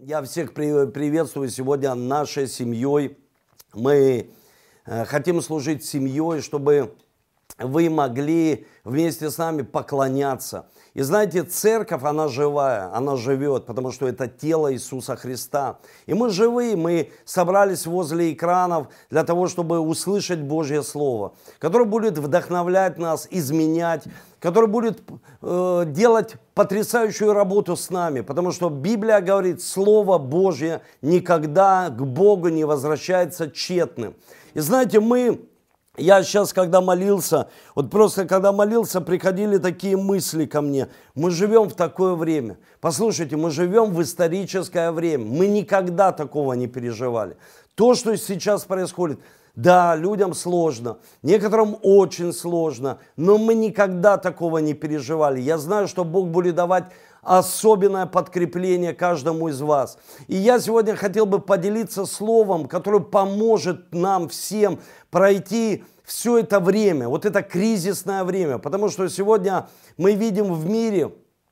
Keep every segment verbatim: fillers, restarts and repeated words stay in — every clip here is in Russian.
Я всех при- приветствую сегодня нашей семьей. Мы э, хотим служить семьей, чтобы вы могли вместе с нами поклоняться. И знаете, церковь, она живая, она живет, потому что это тело Иисуса Христа. И мы живые, мы собрались возле экранов для того, чтобы услышать Божье Слово, которое будет вдохновлять нас, изменять, которое будет э, делать потрясающую работу с нами, потому что Библия говорит, Слово Божье никогда к Богу не возвращается тщетным. И знаете, мы... Я сейчас, когда молился, вот просто когда молился, приходили такие мысли ко мне. Мы живем в такое время. Послушайте, мы живем в историческое время. Мы никогда такого не переживали. То, что сейчас происходит, да, людям сложно, некоторым очень сложно, но мы никогда такого не переживали. Я знаю, что Бог будет давать особенное подкрепление каждому из вас. И я сегодня хотел бы поделиться словом, которое поможет нам всем пройти все это время, вот это кризисное время. Потому что сегодня мы видим в мире,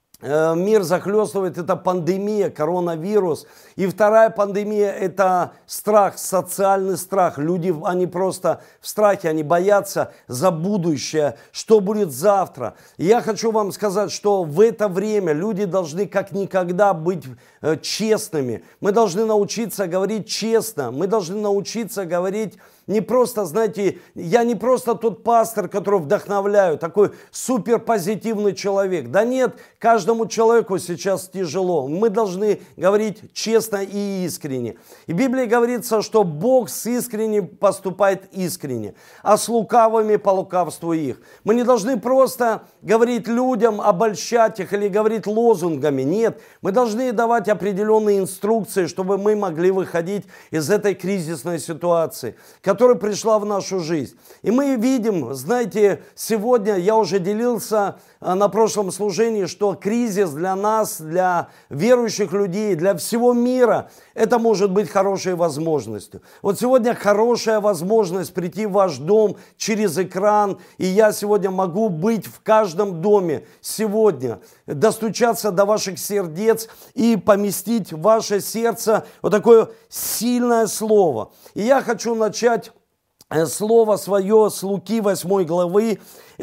э, мир захлестывает, это пандемия, коронавирус. И вторая пандемия – это страх, социальный страх. Люди, они просто в страхе, они боятся за будущее, что будет завтра. И я хочу вам сказать, что в это время люди должны как никогда быть э, честными. Мы должны научиться говорить честно, мы должны научиться говорить не просто, знаете, я не просто тот пастор, которого вдохновляю, такой суперпозитивный человек. Да нет, каждому человеку сейчас тяжело. Мы должны говорить честно и искренне. И в Библии говорится, что Бог с искренним поступает искренне, а с лукавыми по лукавству их. Мы не должны просто говорить людям, обольщать их или говорить лозунгами. Нет, мы должны давать определенные инструкции, чтобы мы могли выходить из этой кризисной ситуации, которая пришла в нашу жизнь. И мы видим, знаете, сегодня я уже делился на прошлом служении, что кризис для нас, для верующих людей, для всего мира, это может быть хорошей возможностью. Вот сегодня хорошая возможность прийти в ваш дом через экран, и я сегодня могу быть в каждом доме сегодня, достучаться до ваших сердец и поместить в ваше сердце вот такое сильное слово. И я хочу начать слово свое с Луки восьмой главы.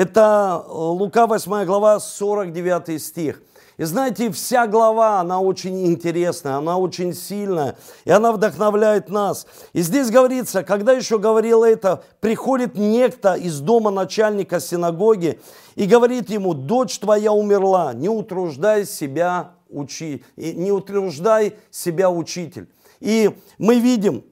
Это Лука восьмая глава, сорок девятый стих. И знаете, вся глава, она очень интересная, она очень сильная, и она вдохновляет нас. И здесь говорится, когда еще говорил это, приходит некто из дома начальника синагоги и говорит ему, дочь твоя умерла, не утруждай себя, учи, не утруждай себя, учитель. И мы видим,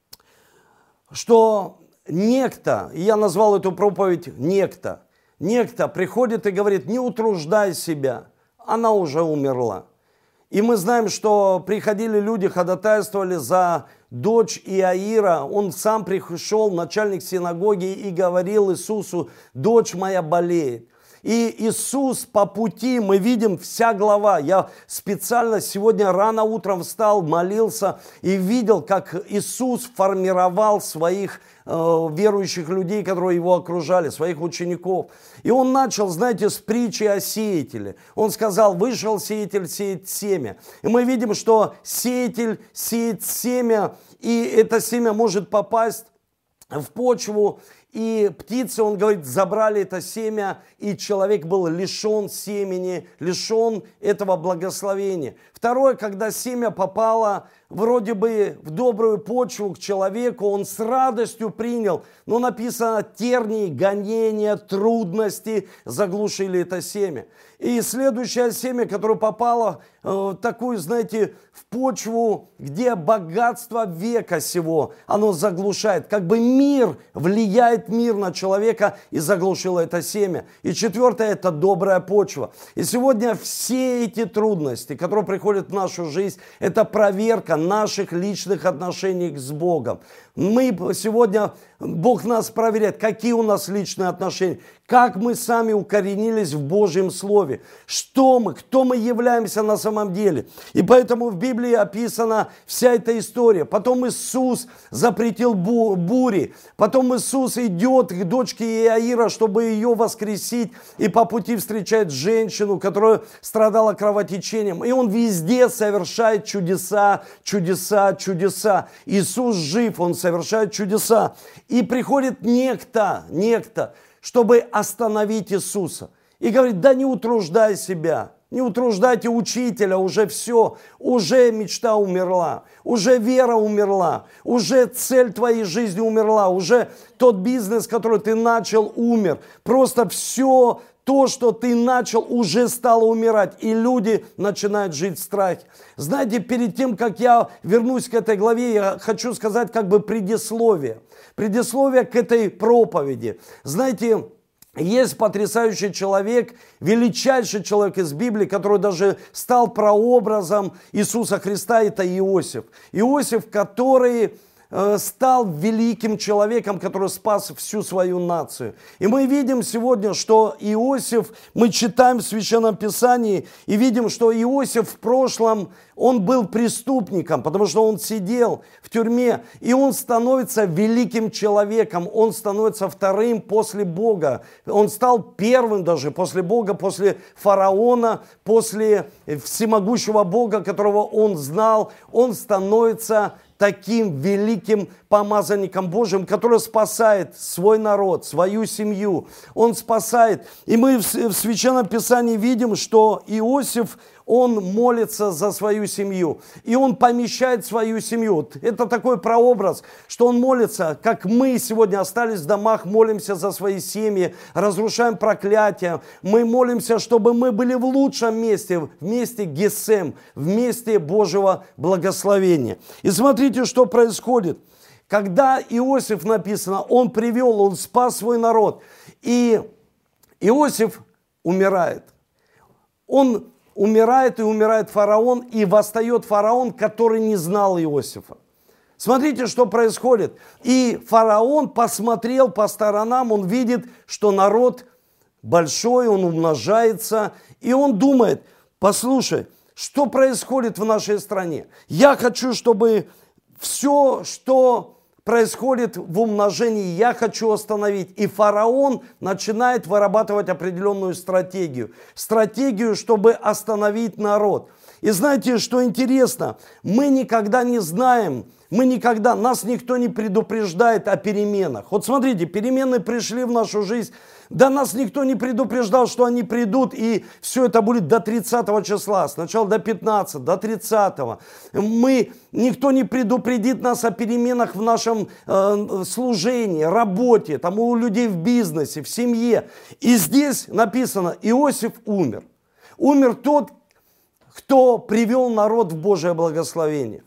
что некто, и я назвал эту проповедь «некто», некто приходит и говорит, не утруждай себя, она уже умерла. И мы знаем, что приходили люди, ходатайствовали за дочь Иаира. Он сам пришел, начальник синагоги, и говорил Иисусу, дочь моя болеет. И Иисус по пути, мы видим вся глава. Я специально сегодня рано утром встал, молился и видел, как Иисус формировал своих э, верующих людей, которые его окружали, своих учеников. И он начал, знаете, с притчи о сеятеле. Он сказал, вышел сеятель сеять семя. И мы видим, что сеятель сеет семя, и это семя может попасть в почву, и птицы, он говорит, забрали это семя, и человек был лишен семени, лишен этого благословения. Второе, когда семя попало вроде бы в добрую почву к человеку, он с радостью принял, но написано, тернии, гонения, трудности заглушили это семя. И следующее семя, которое попало в э, такую, знаете, в почву, где богатство века сего, оно заглушает. Как бы мир, влияет мир на человека и заглушило это семя. И четвертое, это добрая почва. И сегодня все эти трудности, которые приходят в нашу жизнь, это проверка наших личных отношений с Богом. Мы сегодня, Бог нас проверяет, какие у нас личные отношения, как мы сами укоренились в Божьем Слове, что мы, кто мы являемся на самом деле. И поэтому в Библии описана вся эта история. Потом Иисус запретил бу- бури, потом Иисус идет к дочке Иаира, чтобы ее воскресить, и по пути встречает женщину, которая страдала кровотечением. И Он везде совершает чудеса, чудеса, чудеса. Иисус жив, Он совершает чудеса. И приходит некто, некто, чтобы остановить Иисуса. И говорит, да не утруждай себя, не утруждайте учителя, уже все, уже мечта умерла, уже вера умерла, уже цель твоей жизни умерла, уже тот бизнес, который ты начал, умер. Просто все то, что ты начал, уже стало умирать, и люди начинают жить в страхе. Знаете, перед тем, как я вернусь к этой главе, я хочу сказать как бы предисловие. Предисловие к этой проповеди. Знаете, есть потрясающий человек, величайший человек из Библии, который даже стал прообразом Иисуса Христа, это Иосиф. Иосиф, который стал великим человеком, который спас всю свою нацию. И мы видим сегодня, что Иосиф, мы читаем в Священном Писании и видим, что Иосиф в прошлом, он был преступником, потому что он сидел в тюрьме, и он становится великим человеком, он становится вторым после Бога. Он стал первым даже после Бога, после фараона, после всемогущего Бога, которого он знал. Он становится таким великим помазанником Божьим, который спасает свой народ, свою семью. Он спасает. И мы в Священном Писании видим, что Иосиф, он молится за свою семью. И он помещает свою семью. Это такой прообраз, что он молится, как мы сегодня остались в домах, молимся за свои семьи, разрушаем проклятия. Мы молимся, чтобы мы были в лучшем месте, в месте Гесем, в месте Божьего благословения. И смотрите, что происходит. Когда Иосиф написано, он привел, он спас свой народ. И Иосиф умирает. Он умирает, и умирает фараон, и восстает фараон, который не знал Иосифа. Смотрите, что происходит. И фараон посмотрел по сторонам, он видит, что народ большой, он умножается, и он думает, послушай, что происходит в нашей стране? Я хочу, чтобы все, что происходит в умножении, я хочу остановить. И фараон начинает вырабатывать определенную стратегию. Стратегию, чтобы остановить народ. И знаете, что интересно? Мы никогда не знаем, мы никогда, нас никто не предупреждает о переменах. Вот смотрите, перемены пришли в нашу жизнь. Да нас никто не предупреждал, что они придут, и все это будет до тридцатого числа, сначала до пятнадцатого, до тридцатого. Мы, никто не предупредит нас о переменах в нашем э, служении, работе, там, у людей в бизнесе, в семье. И здесь написано, Иосиф умер. Умер тот, кто привел народ в Божие благословение.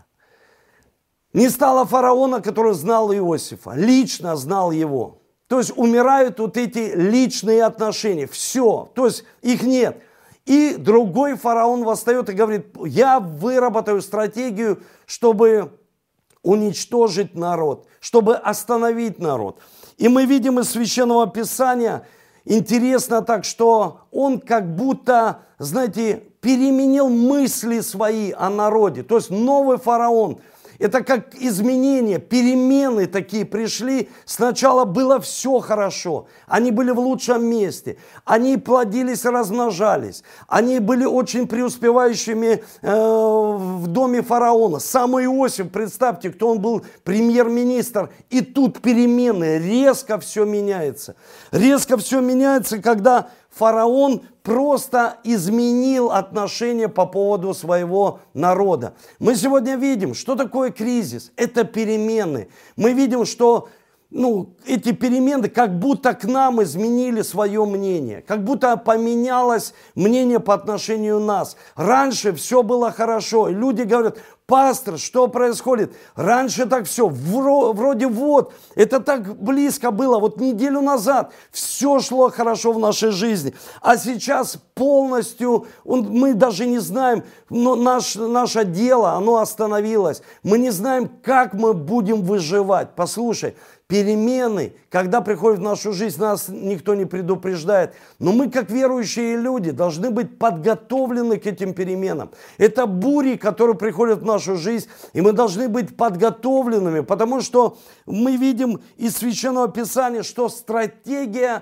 Не стало фараона, который знал Иосифа, лично знал его. То есть умирают вот эти личные отношения. Все. То есть их нет. И другой фараон восстает и говорит, я выработаю стратегию, чтобы уничтожить народ, чтобы остановить народ. И мы видим из Священного Писания, интересно так, что он как будто, знаете, переменил мысли свои о народе. То есть новый фараон. Это как изменения, перемены такие пришли. Сначала было все хорошо. Они были в лучшем месте. Они плодились, размножались. Они были очень преуспевающими э, в доме фараона. Сам Иосиф, представьте, кто он был, премьер-министр. И тут перемены, резко все меняется. Резко все меняется, когда фараон просто изменил отношение по поводу своего народа. Мы сегодня видим, что такое кризис. Это перемены. Мы видим, что ну, эти перемены как будто к нам изменили свое мнение. Как будто поменялось мнение по отношению к нас. Раньше все было хорошо. И люди говорят, пастор, что происходит? Раньше так все, вроде вот, это так близко было, вот неделю назад все шло хорошо в нашей жизни. А сейчас полностью, он, мы даже не знаем, но наш, наше дело, оно остановилось. Мы не знаем, как мы будем выживать. Послушай, перемены, когда приходят в нашу жизнь, нас никто не предупреждает. Но мы, как верующие люди, должны быть подготовлены к этим переменам. Это бури, которые приходят в нашу жизнь, и мы должны быть подготовленными, потому что мы видим из Священного Писания, что стратегия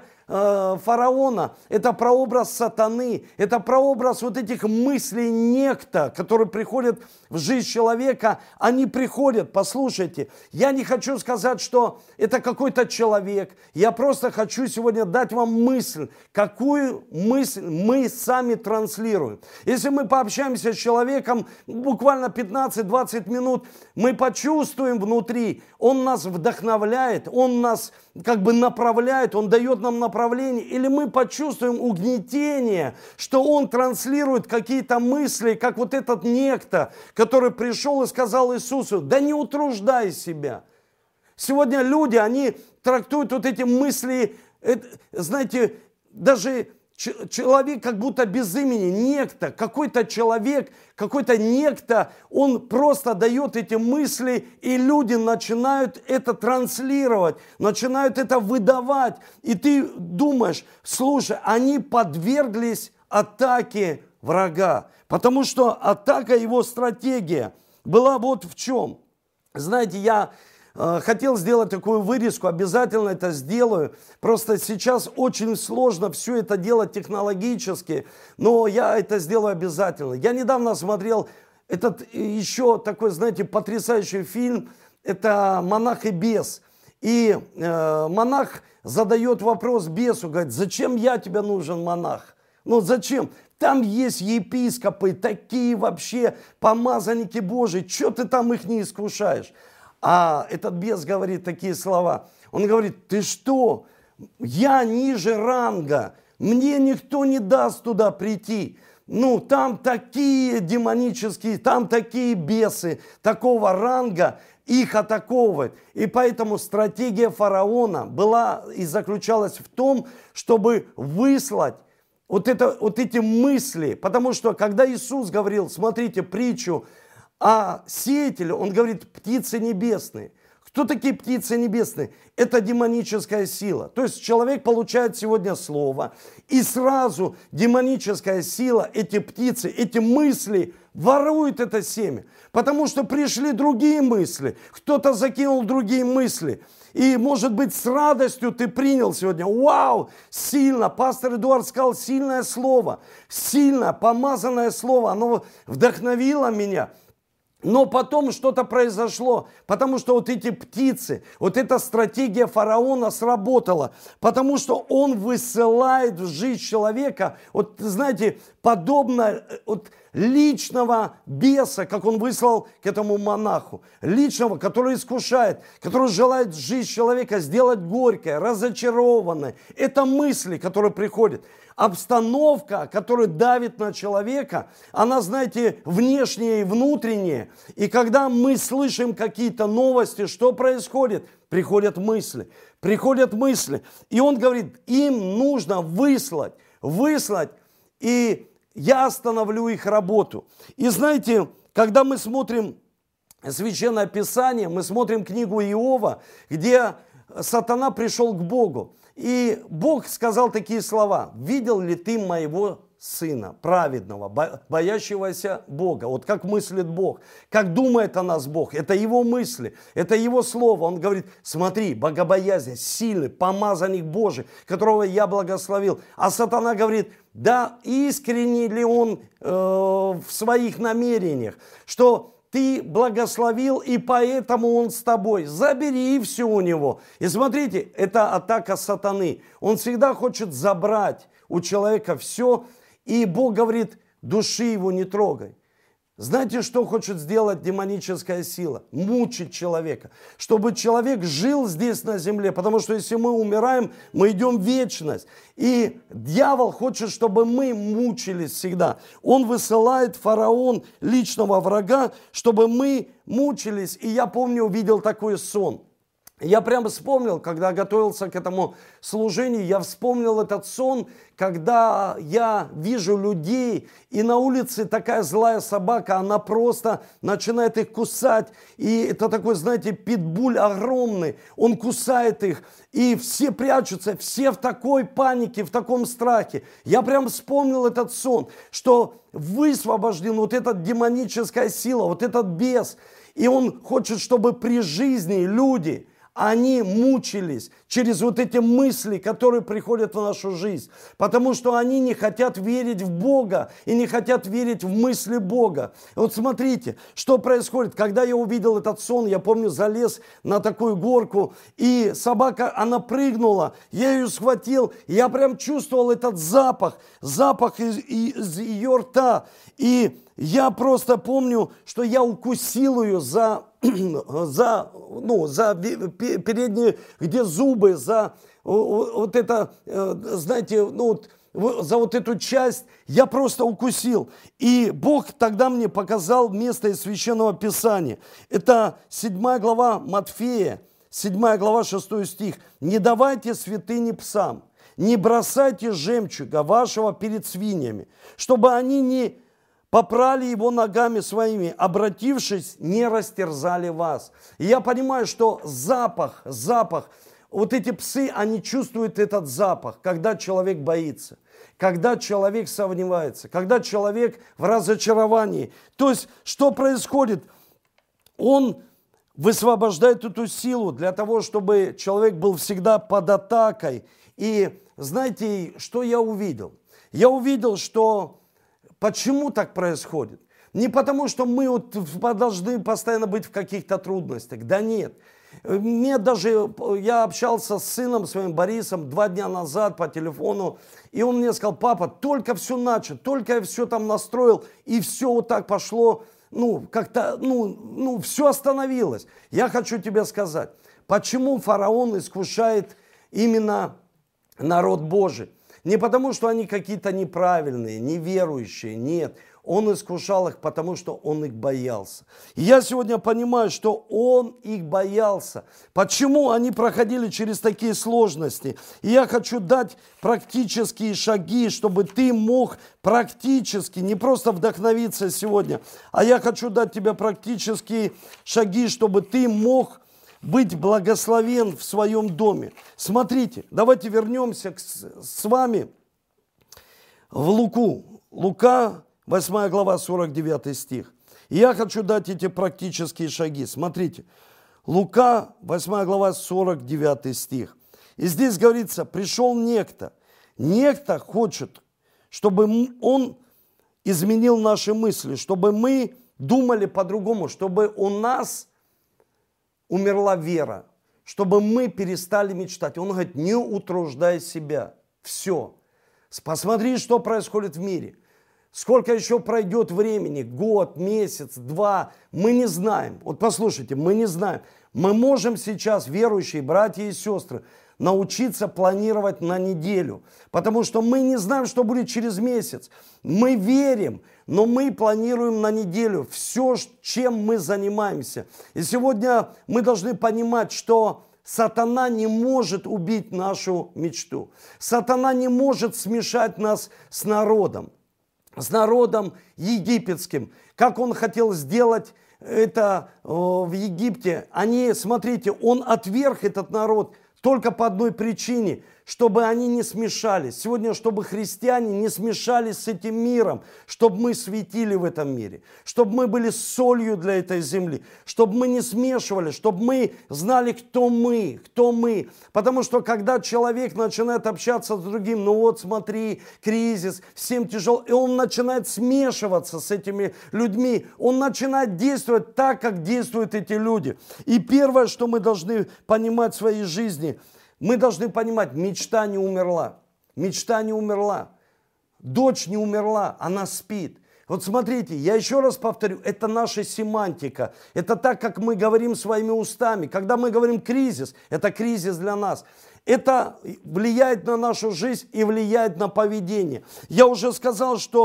фараона – это прообраз сатаны, это прообраз вот этих мыслей некто, которые приходят в жизнь человека. Они приходят, послушайте, я не хочу сказать, что это какой-то человек, я просто хочу сегодня дать вам мысль, какую мысль мы сами транслируем. Если мы пообщаемся с человеком буквально пятнадцать-двадцать минут, мы почувствуем внутри, он нас вдохновляет, он нас как бы направляет, он дает нам направление, или мы почувствуем угнетение, что он транслирует какие-то мысли, как вот этот некто, который пришел и сказал Иисусу: да не утруждай себя. Сегодня люди, они трактуют вот эти мысли, это, знаете, даже человек как будто без имени, некто, какой-то человек, какой-то некто, он просто дает эти мысли, и люди начинают это транслировать, начинают это выдавать. И ты думаешь, слушай, они подверглись атаке врага, потому что атака, его стратегия была вот в чем. Знаете, я хотел сделать такую вырезку, обязательно это сделаю. Просто сейчас очень сложно все это делать технологически, но я это сделаю обязательно. Я недавно смотрел этот еще такой, знаете, потрясающий фильм. Это «Монах и бес». И э, монах задает вопрос бесу, говорит: зачем я тебе нужен, монах? Ну зачем? Там есть епископы, такие вообще помазанники Божии. Чего ты там их не искушаешь? А этот бес говорит такие слова. Он говорит: ты что? Я ниже ранга. Мне никто не даст туда прийти. Ну, там такие демонические, там такие бесы такого ранга, их атаковывают. И поэтому стратегия фараона была и заключалась в том, чтобы выслать вот, это, вот эти мысли. Потому что когда Иисус говорил, смотрите, притчу о сеятеле, он говорит: птицы небесные. Кто такие птицы небесные? Это демоническая сила. То есть человек получает сегодня слово, и сразу демоническая сила, эти птицы, эти мысли воруют это семя. Потому что пришли другие мысли, кто-то закинул другие мысли. И, может быть, с радостью ты принял сегодня: вау, сильно, пастор Эдуард сказал сильное слово, сильно помазанное слово, оно вдохновило меня. Но потом что-то произошло, потому что вот эти птицы, вот эта стратегия фараона сработала, потому что он высылает в жизнь человека, вот знаете, подобно вот личного беса, как он выслал к этому монаху, личного, который искушает, который желает жизнь человека сделать горькой, разочарованной. Это мысли, которые приходят. Обстановка, которая давит на человека, она, знаете, внешняя и внутренняя. И когда мы слышим какие-то новости, что происходит? Приходят мысли, приходят мысли. И он говорит, им нужно выслать, выслать, и я остановлю их работу. И знаете, когда мы смотрим Священное Писание, мы смотрим книгу Иова, где сатана пришел к Богу. И Бог сказал такие слова: видел ли ты моего сына, праведного, боящегося Бога? Вот как мыслит Бог, как думает о нас Бог. Это его мысли, это его слово. Он говорит: смотри, богобоязнь, сильный, помазанник Божий, которого я благословил. А сатана говорит: да искренне ли он э, в своих намерениях, что ты благословил, и поэтому он с тобой. Забери все у него. И смотрите, это атака сатаны. Он всегда хочет забрать у человека все. И Бог говорит: души его не трогай. Знаете, что хочет сделать демоническая сила? Мучить человека. Чтобы человек жил здесь на земле. Потому что если мы умираем, мы идем в вечность. И дьявол хочет, чтобы мы мучились всегда. Он высылает, фараон, личного врага, чтобы мы мучились. И я помню, увидел такой сон. Я прямо вспомнил, когда готовился к этому служению, я вспомнил этот сон, когда я вижу людей, и на улице такая злая собака, она просто начинает их кусать. И это такой, знаете, питбуль огромный, он кусает их, и все прячутся, все в такой панике, в таком страхе. Я прям вспомнил этот сон, что высвобожден вот эта демоническая сила, вот этот бес, и он хочет, чтобы при жизни люди... они мучились через вот эти мысли, которые приходят в нашу жизнь. Потому что они не хотят верить в Бога и не хотят верить в мысли Бога. И вот смотрите, что происходит. Когда я увидел этот сон, я помню, залез на такую горку, и собака, она прыгнула, я ее схватил, и я прям чувствовал этот запах, запах из, из ее рта. И я просто помню, что я укусил ее за, за, ну, за передние, где зубы, за вот это, знаете, ну, за вот эту часть я просто укусил. И Бог тогда мне показал место из Священного Писания. Это седьмая глава Матфея, седьмая глава, шестой стих. «Не давайте святыни псам, не бросайте жемчуга вашего перед свиньями, чтобы они не попрали его ногами своими, обратившись, не растерзали вас». И я понимаю, что запах, запах, вот эти псы, они чувствуют этот запах, когда человек боится, когда человек сомневается, когда человек в разочаровании. То есть, что происходит? Он высвобождает эту силу для того, чтобы человек был всегда под атакой. И знаете, что я увидел? Я увидел, что... Почему так происходит? Не потому, что мы вот должны постоянно быть в каких-то трудностях. Да нет. Мне даже, я общался с сыном своим Борисом два дня назад по телефону, и он мне сказал: папа, только все начал, только я все там настроил, и все вот так пошло, ну, как-то, ну, ну, все остановилось. Я хочу тебе сказать, почему фараон искушает именно народ Божий? Не потому, что они какие-то неправильные, неверующие, нет. Он искушал их, потому что он их боялся. И я сегодня понимаю, что он их боялся. Почему они проходили через такие сложности? И я хочу дать практические шаги, чтобы ты мог практически, не просто вдохновиться сегодня, а я хочу дать тебе практические шаги, чтобы ты мог быть благословен в своем доме. Смотрите, давайте вернемся к, с вами в Луку. Лука, восьмая глава, сорок девятый стих. И я хочу дать эти практические шаги. Смотрите, Лука, восьмая глава, сорок девятый стих. И здесь говорится: пришел некто. Некто хочет, чтобы он изменил наши мысли, чтобы мы думали по-другому, чтобы у нас умерла вера, чтобы мы перестали мечтать. Он говорит: не утруждай себя. Все. Посмотри, что происходит в мире. Сколько еще пройдет времени, год, месяц, два, мы не знаем. Вот послушайте, мы не знаем. Мы можем сейчас, верующие братья и сестры, научиться планировать на неделю, потому что мы не знаем, что будет через месяц. Мы верим, но мы планируем на неделю все, чем мы занимаемся. И сегодня мы должны понимать, что сатана не может убить нашу мечту. Сатана не может смешать нас с народом, с народом египетским. Как он хотел сделать это в Египте. Они, смотрите, он отверг этот народ только по одной причине, чтобы они не смешались. Сегодня, чтобы христиане не смешались с этим миром, чтобы мы светили в этом мире, чтобы мы были солью для этой земли, чтобы мы не смешивали, чтобы мы знали, кто мы, кто мы. Потому что, когда человек начинает общаться с другим, ну вот смотри, кризис, всем тяжело, и он начинает смешиваться с этими людьми, он начинает действовать так, как действуют эти люди. И первое, что мы должны понимать в своей жизни – мы должны понимать, мечта не умерла. Мечта не умерла. Дочь не умерла, она спит. Вот смотрите, я еще раз повторю, это наша семантика. Это так, как мы говорим своими устами. Когда мы говорим кризис, это кризис для нас. Это влияет на нашу жизнь и влияет на поведение. Я уже сказал, что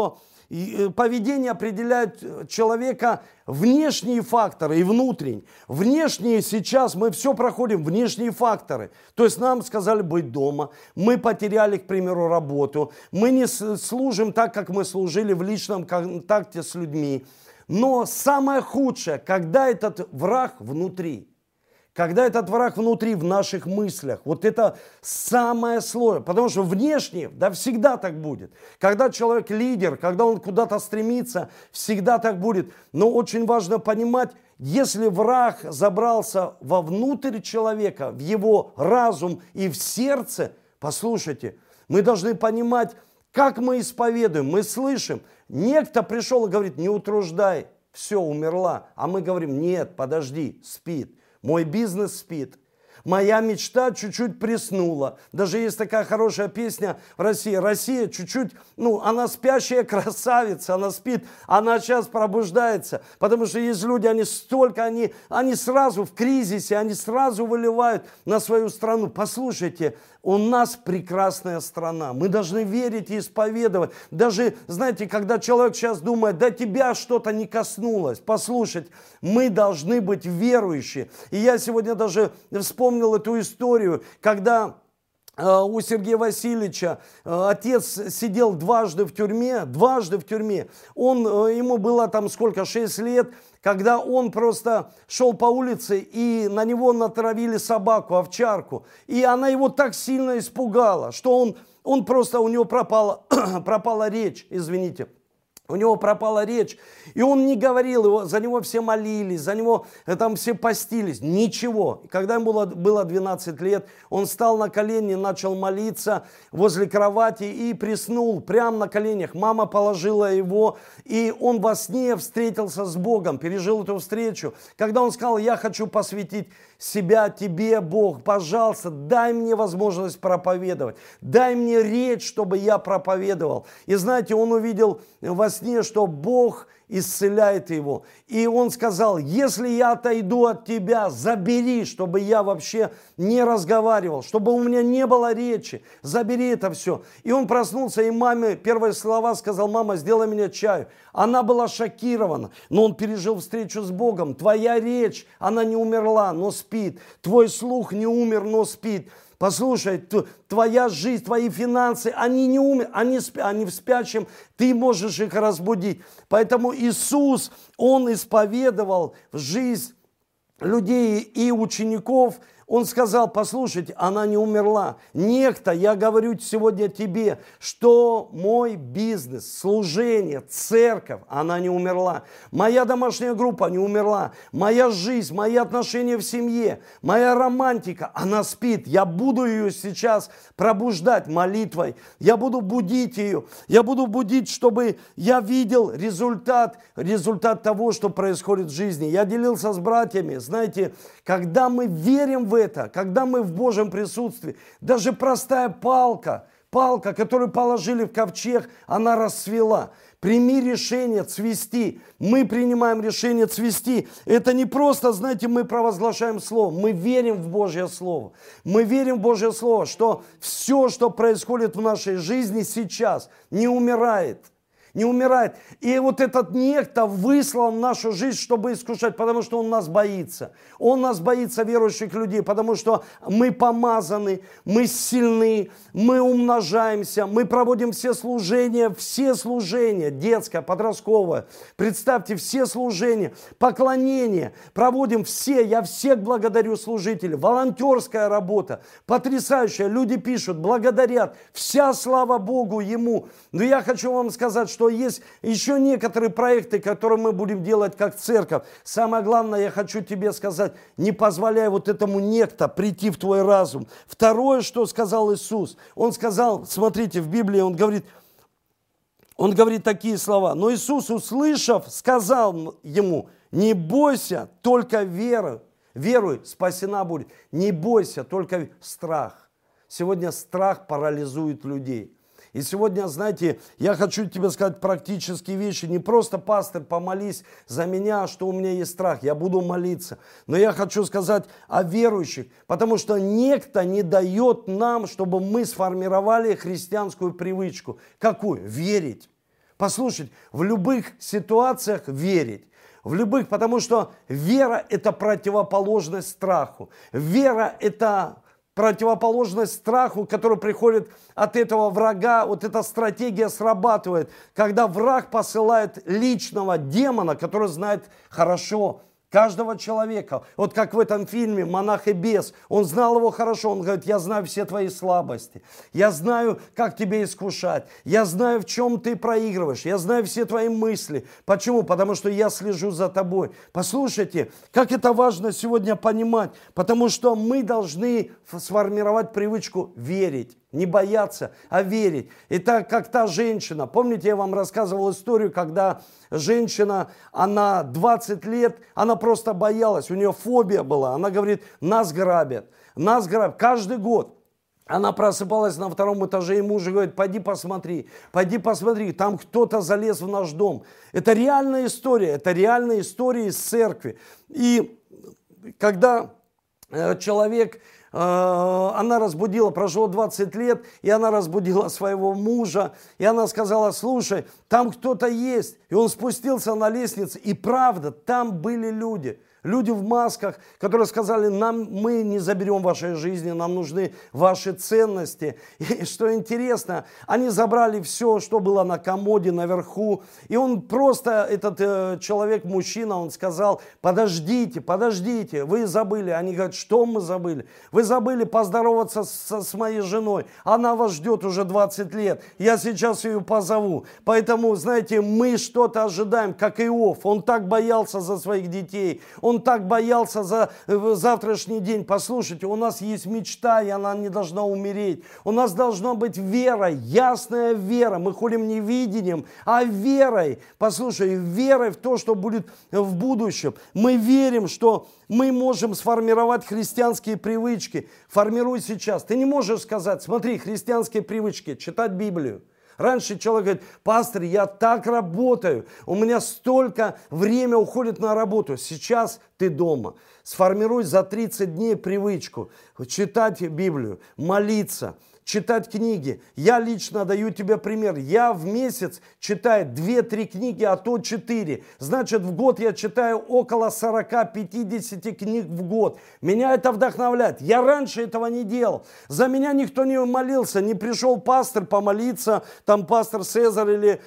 И поведение определяет человека внешние факторы и внутренние. Внешние сейчас мы все проходим, внешние факторы. То есть нам сказали быть дома, мы потеряли, к примеру, работу, мы не служим так, как мы служили в личном контакте с людьми. Но самое худшее, когда этот враг внутри. Когда этот враг внутри, в наших мыслях, вот это самое сложное. Потому что внешне, да, всегда так будет. Когда человек лидер, когда он куда-то стремится, всегда так будет. Но очень важно понимать, если враг забрался вовнутрь человека, в его разум и в сердце, послушайте, мы должны понимать, как мы исповедуем. Мы слышим, некто пришел и говорит, не утруждай, все, умерла. А мы говорим, нет, подожди, спит. Мой бизнес спит. Моя мечта чуть-чуть приснула. Даже есть такая хорошая песня в России. Россия чуть-чуть, ну, она спящая красавица, она спит, она сейчас пробуждается. Потому что есть люди, они столько, они, они сразу в кризисе, они сразу выливают на свою страну. Послушайте, у нас прекрасная страна. Мы должны верить и исповедовать. Даже, знаете, когда человек сейчас думает, да тебя что-то не коснулось. Послушайте, мы должны быть верующие. И я сегодня даже вспомнил эту историю, когда у Сергея Васильевича отец сидел дважды в тюрьме, дважды в тюрьме. Он, ему было там сколько, шесть лет, когда он просто шел по улице, и на него натравили собаку, овчарку. И она его так сильно испугала, что он, он просто, у него пропала, пропала речь, извините. У него пропала речь, и он не говорил, его, за него все молились, за него там все постились, ничего. И когда ему было, было двенадцать лет, он встал на колени, начал молиться возле кровати и приснул прямо на коленях. Мама положила его, и он во сне встретился с Богом, пережил эту встречу. Когда он сказал, я хочу посвятить себя тебе, Бог, пожалуйста, дай мне возможность проповедовать, дай мне речь, чтобы я проповедовал. И знаете, он увидел во сне, что Бог исцеляет его. И он сказал, если я отойду от тебя, забери, чтобы я вообще не разговаривал, чтобы у меня не было речи, забери это все. И он проснулся, и маме первые слова сказал, мама, сделай мне чаю. Она была шокирована, но он пережил встречу с Богом. Твоя речь, она не умерла, но спит. Твой слух не умер, но спит. Послушай, твоя жизнь, твои финансы, они не умерли, они, они в спящем, ты можешь их разбудить. Поэтому Иисус, Он исповедовал в жизнь людей и учеников. Он сказал, послушайте, она не умерла. Некто, я говорю сегодня тебе, что мой бизнес, служение, церковь, она не умерла. Моя домашняя группа не умерла. Моя жизнь, мои отношения в семье, моя романтика, она спит. Я буду ее сейчас пробуждать молитвой. Я буду будить ее. Я буду будить, чтобы я видел результат, результат того, что происходит в жизни. Я делился с братьями. Знаете, когда мы верим в это, когда мы в Божьем присутствии, даже простая палка, палка, которую положили в ковчег, она расцвела. Прими решение цвести. Мы принимаем решение цвести. Это не просто, знаете, мы провозглашаем Слово. Мы верим в Божье Слово. Мы верим в Божье Слово, что все, что происходит в нашей жизни сейчас, не умирает. Не умирает. И вот этот некто выслал в нашу жизнь, чтобы искушать, потому что он нас боится. Он нас боится, верующих людей, потому что мы помазаны, мы сильны, мы умножаемся, мы проводим все служения, все служения, детское, подростковое. Представьте, все служения, поклонения, проводим все. Я всех благодарю служителей. Волонтерская работа, потрясающая. Люди пишут, благодарят. Вся слава Богу Ему. Но я хочу вам сказать, что есть еще некоторые проекты, которые мы будем делать как церковь. Самое главное, я хочу тебе сказать, не позволяй вот этому некто прийти в твой разум. Второе, что сказал Иисус, Он сказал, смотрите, в Библии Он говорит, Он говорит такие слова. Но Иисус, услышав, сказал ему, не бойся, только веруй, веруй, спасена будет. Не бойся, только страх. Сегодня страх парализует людей. И сегодня, знаете, я хочу тебе сказать практические вещи. Не просто, пастор, помолись за меня, что у меня есть страх. Я буду молиться. Но я хочу сказать о верующих. Потому что некто не дает нам, чтобы мы сформировали христианскую привычку. Какую? Верить. Послушайте, в любых ситуациях верить. В любых, потому что вера – это противоположность страху. Вера – это противоположность страху, который приходит от этого врага. Вот эта стратегия срабатывает, когда враг посылает личного демона, который знает хорошо каждого человека. Вот как в этом фильме «Монах и бес». Он знал его хорошо. Он говорит: я знаю все твои слабости. Я знаю, как тебя искушать. Я знаю, в чем ты проигрываешь. Я знаю все твои мысли. Почему? Потому что я слежу за тобой. Послушайте, как это важно сегодня понимать. Потому что мы должны сформировать привычку верить. Не бояться, а верить. Это как та женщина. Помните, я вам рассказывал историю, когда женщина, она двадцать лет, она просто боялась, у нее фобия была. Она говорит: нас грабят, нас грабят каждый год. Она просыпалась на втором этаже, и муж говорит: пойди посмотри, пойди посмотри, там кто-то залез в наш дом. Это реальная история, это реальная история из церкви. И когда человек... Она разбудила, прошло двадцать лет, и она разбудила своего мужа, и она сказала: слушай, там кто-то есть. И он спустился на лестницу, и правда, там были люди. Люди в масках, которые сказали: нам, мы не заберем вашей жизни, нам нужны ваши ценности. И что интересно, они забрали все, что было на комоде наверху. И он просто, этот э, человек, мужчина, он сказал: подождите, подождите, вы забыли. Они говорят: что мы забыли? Вы забыли поздороваться с, с моей женой. Она вас ждет уже двадцать лет. Я сейчас ее позову. Поэтому, знаете, мы что-то ожидаем, как Иов. Он так боялся за своих детей. Он так боялся за завтрашний день. Послушайте, у нас есть мечта, и она не должна умереть. У нас должна быть вера, ясная вера. Мы ходим не видением, а верой. Послушай, верой в то, что будет в будущем. Мы верим, что мы можем сформировать христианские привычки. Формируй сейчас. Ты не можешь сказать: смотри, христианские привычки, читать Библию. Раньше человек говорит: пастор, я так работаю, у меня столько времени уходит на работу. Сейчас ты дома. Сформируй за тридцать дней привычку читать Библию, молиться, читать книги. Я лично даю тебе пример. Я в месяц читаю две-три книги, а то четыре. Значит, в год я читаю около сорок-пятьдесят книг в год. Меня это вдохновляет. Я раньше этого не делал. За меня никто не молился. Не пришел пастор помолиться, там пастор Цезарь или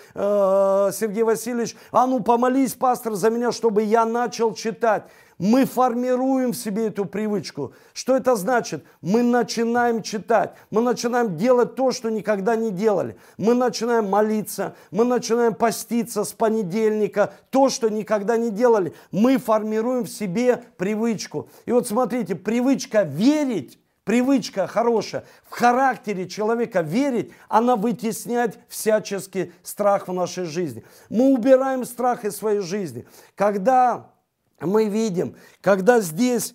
э, Сергей Васильевич. А ну помолись, пастор, за меня, чтобы я начал читать. Мы формируем в себе эту привычку. Что это значит? Мы начинаем читать, мы начинаем делать то, что никогда не делали. Мы начинаем молиться, мы начинаем поститься с понедельника, то, что никогда не делали. Мы формируем в себе привычку. И вот смотрите, привычка верить, привычка хорошая, в характере человека верить, она вытесняет всяческий страх в нашей жизни. Мы убираем страх из своей жизни. Когда мы видим, когда здесь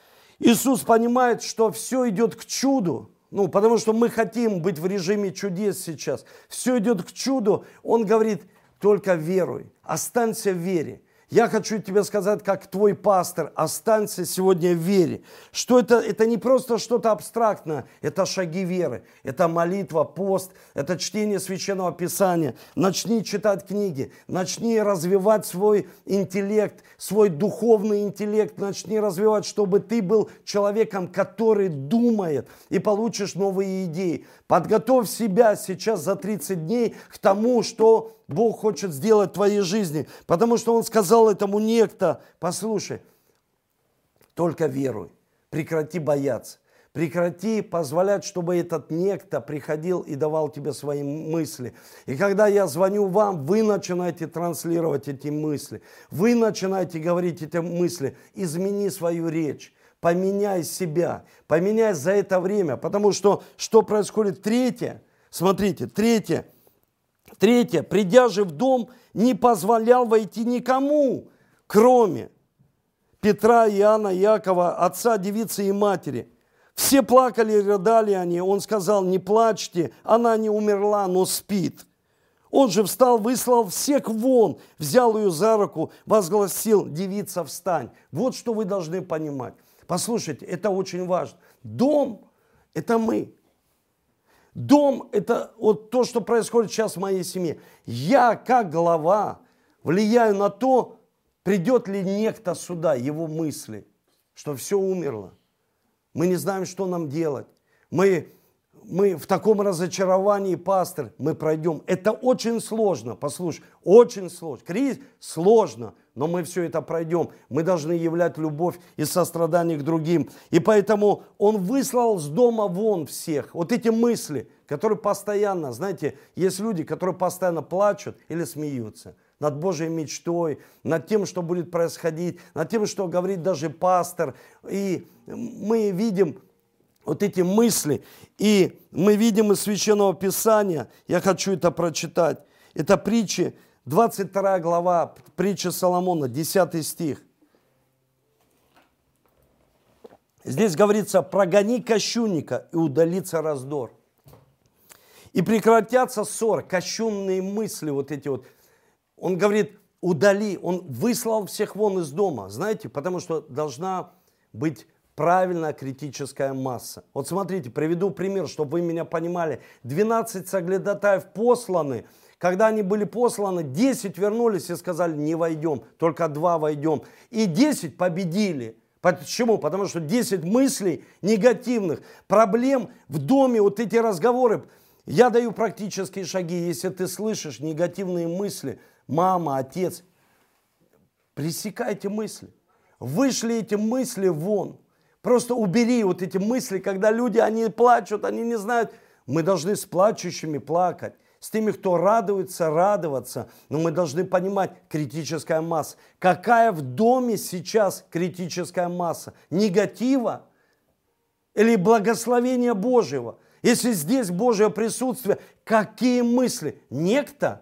Иисус понимает, что все идет к чуду, ну, потому что мы хотим быть в режиме чудес сейчас, все идет к чуду, Он говорит: только веруй, останься в вере. Я хочу тебе сказать, как твой пастор, останься сегодня в вере. Что это? Это не просто что-то абстрактное, это шаги веры, это молитва, пост, это чтение Священного Писания. Начни читать книги, начни развивать свой интеллект, свой духовный интеллект, начни развивать, чтобы ты был человеком, который думает, и получишь новые идеи. Подготовь себя сейчас за тридцать дней к тому, что Бог хочет сделать в твоей жизни. Потому что Он сказал этому некто: послушай, только веруй, прекрати бояться, прекрати позволять, чтобы этот некто приходил и давал тебе свои мысли. И когда я звоню вам, вы начинаете транслировать эти мысли, вы начинаете говорить эти мысли. Измени свою речь. Поменяй себя, поменяй за это время, потому что что происходит? Третье, смотрите, третье, третье, придя же в дом, не позволял войти никому, кроме Петра, Иоанна, Иакова, отца девицы и матери. Все плакали и рыдали они. Он сказал: не плачьте, она не умерла, но спит. Он же встал, выслал всех вон, взял ее за руку, возгласил: девица, встань. Вот что вы должны понимать. Послушайте, это очень важно. Дом – это мы. Дом – это вот то, что происходит сейчас в моей семье. Я, как глава, влияю на то, придет ли некто сюда, его мысли, что все умерло. Мы не знаем, что нам делать. Мы, мы в таком разочаровании, пастор, мы пройдем. Это очень сложно, послушай, очень сложно. Кризис сложно, но мы все это пройдем. Мы должны являть любовь и сострадание к другим. И поэтому он выслал с дома вон всех. Вот эти мысли, которые постоянно, знаете, есть люди, которые постоянно плачут или смеются над Божьей мечтой, над тем, что будет происходить, над тем, что говорит даже пастор. И мы видим вот эти мысли, и мы видим из Священного Писания, я хочу это прочитать, это притчи, двадцать вторая глава, притча Соломона, десятый стих. Здесь говорится: прогони кощунника, и удалится раздор. И прекратятся ссоры, кощунные мысли вот эти вот. Он говорит, удали, он выслал всех вон из дома, знаете, потому что должна быть правильная критическая масса. Вот смотрите, приведу пример, чтобы вы меня понимали. двенадцать соглядатаев посланы. Когда они были посланы, десять вернулись и сказали, не войдем, только два войдем. И десять победили. Почему? Потому что десять мыслей негативных, проблем в доме, вот эти разговоры. Я даю практические шаги. Если ты слышишь негативные мысли, мама, отец, пресекайте мысли. Вышли эти мысли вон. Просто убери вот эти мысли, когда люди, они плачут, они не знают. Мы должны с плачущими плакать. С теми, кто радуется, радоваться. Но мы должны понимать, критическая масса. Какая в доме сейчас критическая масса? Негатива или благословения Божьего? Если здесь Божье присутствие, какие мысли? Некто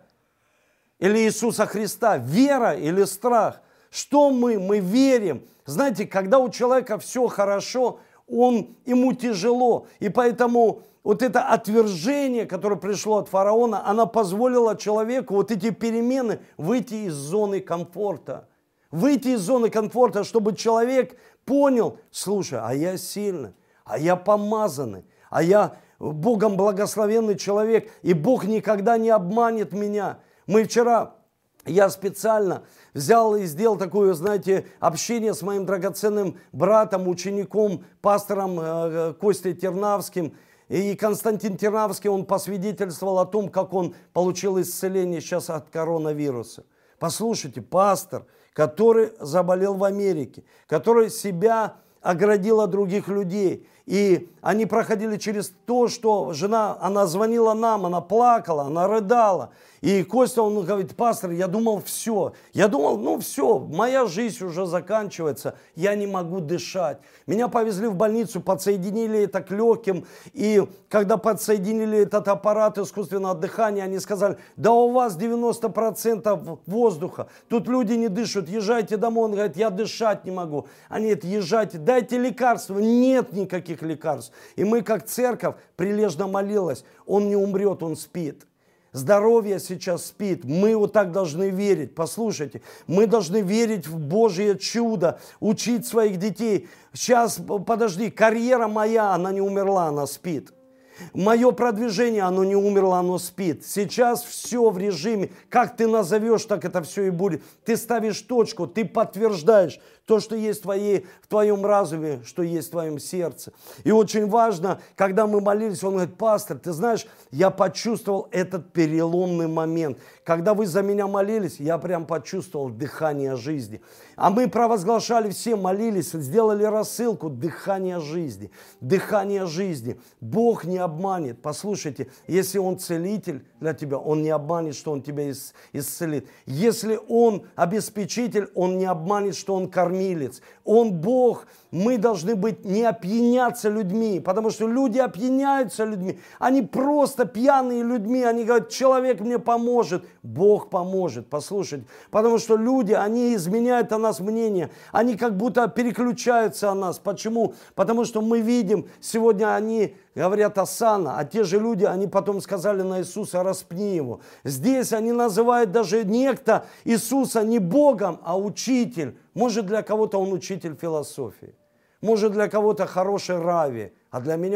или Иисуса Христа? Вера или страх? Что мы? Мы верим. Знаете, когда у человека все хорошо, он, ему тяжело. И поэтому вот это отвержение, которое пришло от фараона, оно позволило человеку вот эти перемены выйти из зоны комфорта. Выйти из зоны комфорта, чтобы человек понял, слушай, а я сильный, а я помазанный, а я Богом благословенный человек, и Бог никогда не обманет меня. Мы вчера, я специально взял и сделал такое, знаете, общение с моим драгоценным братом, учеником, пастором э, Костей Тернавским. И Константин Тернавский, он посвидетельствовал о том, как он получил исцеление сейчас от коронавируса. Послушайте, пастор, который заболел в Америке, который себя оградил от других людей. И они проходили через то, что жена, она звонила нам, она плакала, она рыдала. И Костя, он говорит, пастор, я думал, все. Я думал, ну все, моя жизнь уже заканчивается, я не могу дышать. Меня повезли в больницу, подсоединили это к легким. И когда подсоединили этот аппарат искусственного дыхания, они сказали, да у вас девяносто процентов воздуха. Тут люди не дышат, езжайте домой. Он говорит, я дышать не могу. Они говорят, езжайте, дайте лекарства. Нет никаких лекарств. И мы, как церковь, прилежно молилась. Он не умрет, он спит. Здоровье сейчас спит. Мы вот так должны верить. Послушайте, мы должны верить в Божье чудо, учить своих детей. Сейчас, подожди, карьера моя, она не умерла, она спит. Мое продвижение, оно не умерло, оно спит. Сейчас все в режиме. Как ты назовешь, так это все и будет. Ты ставишь точку, ты подтверждаешь то, что есть в, твоей, в твоем разуме, что есть в твоем сердце. И очень важно, когда мы молились, он говорит, пастор, ты знаешь, я почувствовал этот переломный момент. Когда вы за меня молились, я прям почувствовал дыхание жизни. А мы провозглашали все, молились, сделали рассылку, дыхание жизни. Дыхание жизни. Бог не обманет. Послушайте, если Он целитель для тебя, Он не обманет, что Он тебя исцелит. Если Он обеспечитель, Он не обманет, что Он кормилец. Он Бог. Мы должны быть, не опьяняться людьми, потому что люди опьяняются людьми. Они просто пьяные людьми. Они говорят, человек мне поможет. Бог поможет. Послушайте. Потому что люди, они изменяют о нас мнение. Они как будто переключаются о нас. Почему? Потому что мы видим, сегодня они говорят Осанна, а те же люди, они потом сказали на Иисуса, распни его. Здесь они называют даже некто Иисуса не Богом, а учитель. Может, для кого-то он учитель философии. Может, для кого-то хороший рави. А для меня он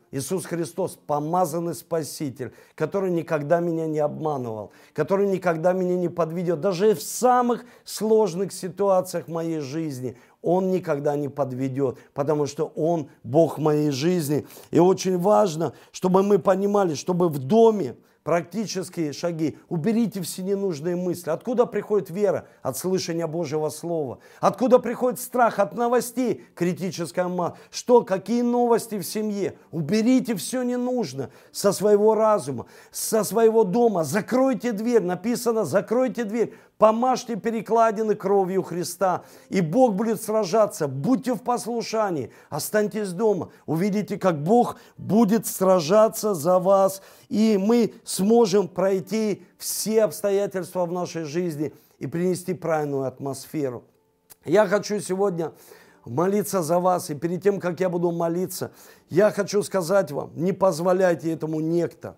Иисус Христос, помазанный Спаситель, который никогда меня не обманывал, который никогда меня не подведет. Даже в самых сложных ситуациях моей жизни Он никогда не подведет, потому что Он Бог моей жизни. И очень важно, чтобы мы понимали, чтобы в доме практические шаги. Уберите все ненужные мысли. Откуда приходит вера? От слышания Божьего Слова. Откуда приходит страх? От новостей. Критическая масса. Что? Какие новости в семье? Уберите все ненужное со своего разума, со своего дома. Закройте дверь. Написано, закройте дверь. Помажьте перекладины кровью Христа, и Бог будет сражаться. Будьте в послушании, останьтесь дома. Увидите, как Бог будет сражаться за вас, и мы сможем пройти все обстоятельства в нашей жизни и принести правильную атмосферу. Я хочу сегодня молиться за вас, и перед тем, как я буду молиться, я хочу сказать вам, не позволяйте этому некто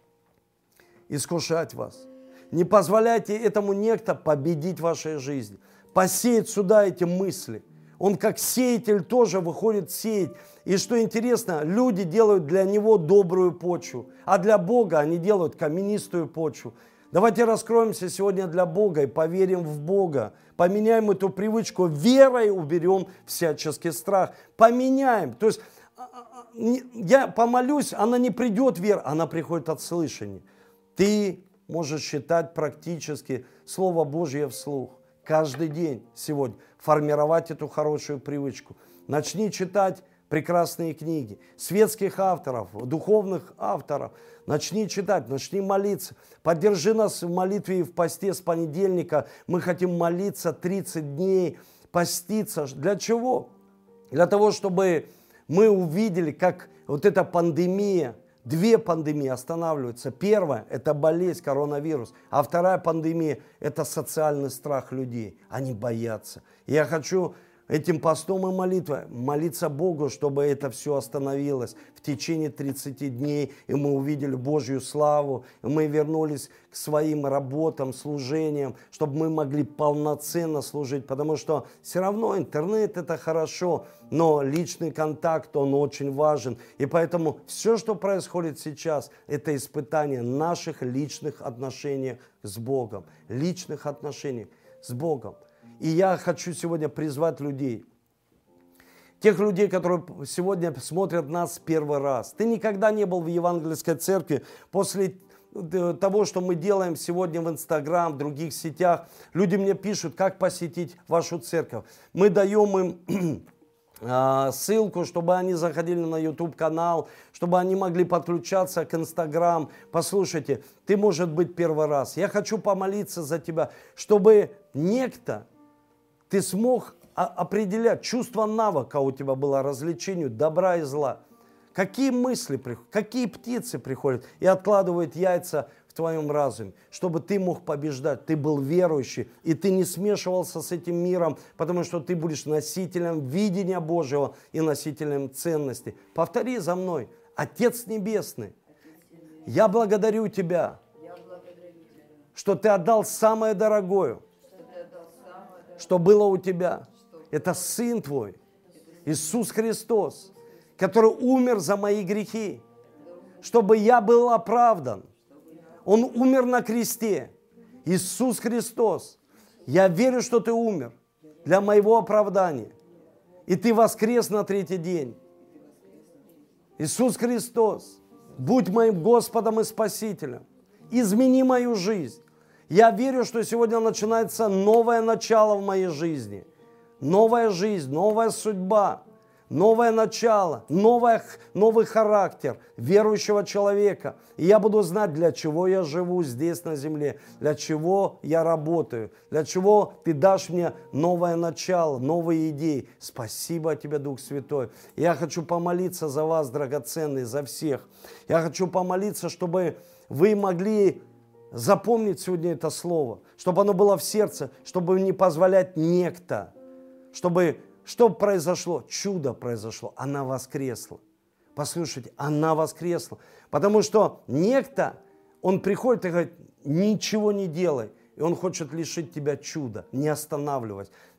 искушать вас. Не позволяйте этому некто победить в вашей жизни, посеять сюда эти мысли. Он как сеятель тоже выходит сеять. И что интересно, люди делают для него добрую почву, а для Бога они делают каменистую почву. Давайте раскроемся сегодня для Бога и поверим в Бога. Поменяем эту привычку, верой уберем всяческий страх. Поменяем. То есть я помолюсь, она не придет вера, она приходит от слышания. Ты можешь считать практически Слово Божье вслух. Каждый день сегодня формировать эту хорошую привычку. Начни читать прекрасные книги светских авторов, духовных авторов. Начни читать, начни молиться. Поддержи нас в молитве и в посте с понедельника. Мы хотим молиться тридцать дней, поститься. Для чего? Для того, чтобы мы увидели, как вот эта пандемия, две пандемии останавливаются. Первая – это болезнь, коронавирус. А вторая пандемия – это социальный страх людей. Они боятся. И я хочу этим постом и молитвой молиться Богу, чтобы это все остановилось в течение тридцати дней. И мы увидели Божью славу. И мы вернулись к своим работам, служениям, чтобы мы могли полноценно служить. Потому что все равно интернет – это хорошо, но личный контакт, он очень важен. И поэтому все, что происходит сейчас, это испытание наших личных отношений с Богом. Личных отношений с Богом. И я хочу сегодня призвать людей, тех людей, которые сегодня смотрят нас первый раз. Ты никогда не был в евангельской церкви. После того, что мы делаем сегодня в Инстаграм, в других сетях, люди мне пишут, как посетить вашу церковь. Мы даем им ссылку, чтобы они заходили на YouTube-канал, чтобы они могли подключаться к Инстаграм. Послушайте, ты, может быть, первый раз. Я хочу помолиться за тебя, чтобы некто, ты смог определять, чувство навыка у тебя было развлечению добра и зла. Какие мысли приходят, какие птицы приходят и откладывают яйца в твоем разуме, чтобы ты мог побеждать, ты был верующий, и ты не смешивался с этим миром, потому что ты будешь носителем видения Божьего и носителем ценностей. Повтори за мной. Отец Небесный, я благодарю Тебя, что Ты отдал самое дорогое, что было у Тебя. Это Сын Твой, Иисус Христос, который умер за мои грехи, чтобы я был оправдан. Он умер на кресте. Иисус Христос, я верю, что Ты умер для моего оправдания. И Ты воскрес на третий день. Иисус Христос, будь моим Господом и Спасителем. Измени мою жизнь. Я верю, что сегодня начинается новое начало в моей жизни. Новая жизнь, новая судьба, новое начало, новое, новый характер верующего человека. И я буду знать, для чего я живу здесь на земле, для чего я работаю, для чего Ты дашь мне новое начало, новые идеи. Спасибо Тебе, Дух Святой. Я хочу помолиться за вас, драгоценные, за всех. Я хочу помолиться, чтобы вы могли запомнить сегодня это слово, чтобы оно было в сердце, чтобы не позволять некто, чтобы, что произошло? Чудо произошло, она воскресла. Послушайте, она воскресла, потому что некто, он приходит и говорит, ничего не делай, и он хочет лишить тебя чуда, не останавливаясь.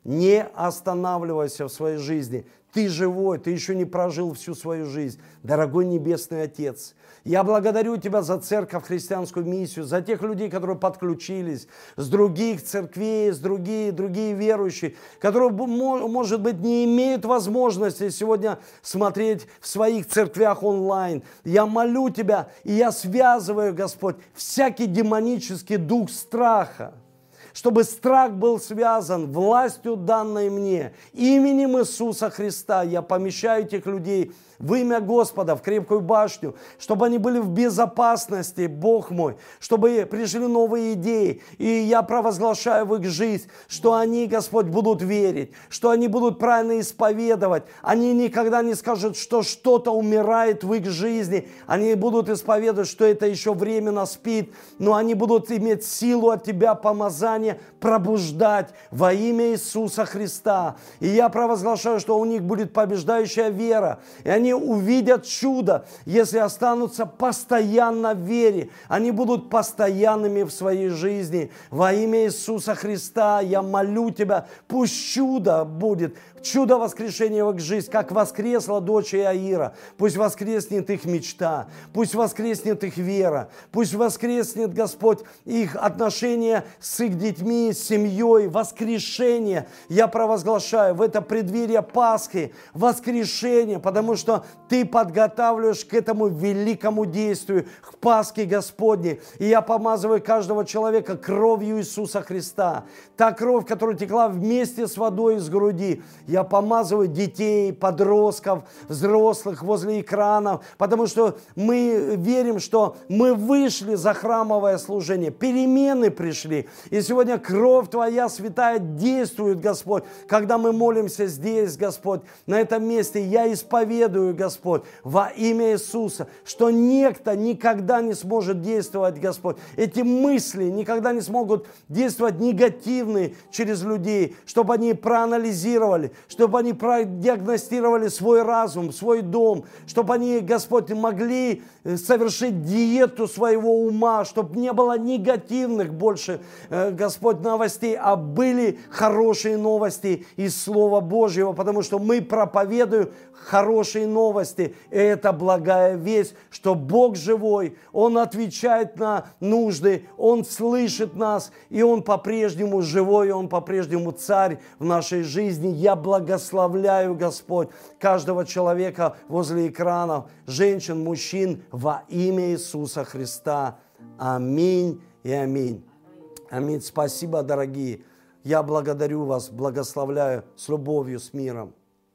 Не останавливайся в своей жизни. Ты живой, ты еще не прожил всю свою жизнь. Дорогой Небесный Отец, я благодарю Тебя за церковь, христианскую миссию, за тех людей, которые подключились с других церквей, с другие, другие верующие, которые, может быть, не имеют возможности сегодня смотреть в своих церквях онлайн. Я молю Тебя, и я связываю, Господь, всякий демонический дух страха, чтобы страх был связан властью, данной мне. Именем Иисуса Христа я помещаю этих людей в имя Господа, в крепкую башню, чтобы они были в безопасности, Бог мой, чтобы пришли новые идеи. И я провозглашаю в их жизнь, что они, Господь, будут верить, что они будут правильно исповедовать. Они никогда не скажут, что что-то умирает в их жизни. Они будут исповедовать, что это еще временно спит, но они будут иметь силу от Тебя, помазание, пробуждать во имя Иисуса Христа. И я провозглашаю, что у них будет побеждающая вера. И они увидят чудо, если останутся постоянно в вере. Они будут постоянными в своей жизни. Во имя Иисуса Христа я молю Тебя, пусть чудо будет. Чудо воскрешения в их жизнь, как воскресла дочь Иаира. Пусть воскреснет их мечта, пусть воскреснет их вера, пусть воскреснет, Господь, их отношения с их детьми, с семьей, воскрешение. Я провозглашаю в это преддверие Пасхи воскрешение, потому что Ты подготавливаешь к этому великому действию, к Пасхе Господней. И я помазываю каждого человека кровью Иисуса Христа. Та кровь, которая текла вместе с водой из груди. Я помазываю детей, подростков, взрослых возле экранов, потому что мы верим, что мы вышли за храмовое служение, перемены пришли. И сегодня кровь Твоя святая действует, Господь, когда мы молимся здесь, Господь, на этом месте. Я исповедую, Господь, во имя Иисуса, что некто никогда не сможет действовать, Господь. Эти мысли никогда не смогут действовать негативные через людей, чтобы они проанализировали, чтобы они продиагностировали свой разум, свой дом, чтобы они, Господь, могли совершить диету своего ума, чтобы не было негативных больше, Господь, новостей, а были хорошие новости из Слова Божьего, потому что мы проповедуем хорошие новости. И это благая весть, что Бог живой, Он отвечает на нужды, Он слышит нас, и Он по-прежнему живой, Он по-прежнему царь в нашей жизни. Я благословляю, Господь, каждого человека возле экранов, женщин, мужчин, во имя Иисуса Христа. Аминь и аминь. Аминь. Спасибо, дорогие. Я благодарю вас, благословляю с любовью, с миром.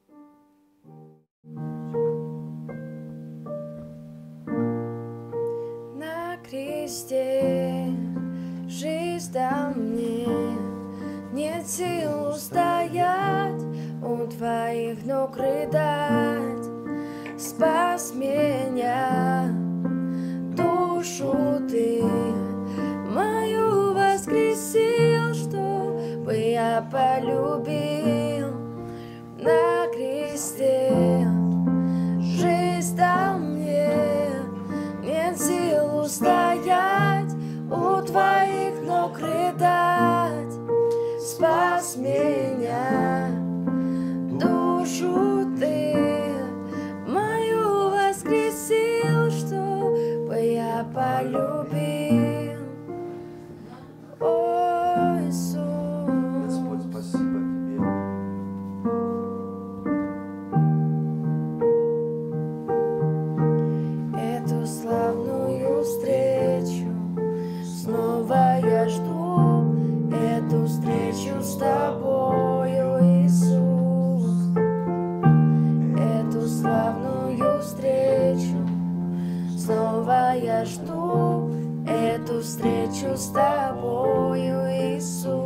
На кресте жизнь дал мне, нет сил устоять, у Твоих ног рыдать. Спас меня, душу Ты мою воскресил, чтобы я полюбил. На кресте жизнь дал мне, нет сил устоять, у Твоих ног рыдать. Спас меня, душу Ты мою воскресил, чтобы я полюбил. О, Иисус. Господь, спасибо Тебе. Эту славную встречу снова я жду, эту встречу с Тобою, Иисус. Эту славную встречу снова я жду, эту встречу с Тобою, Иисус.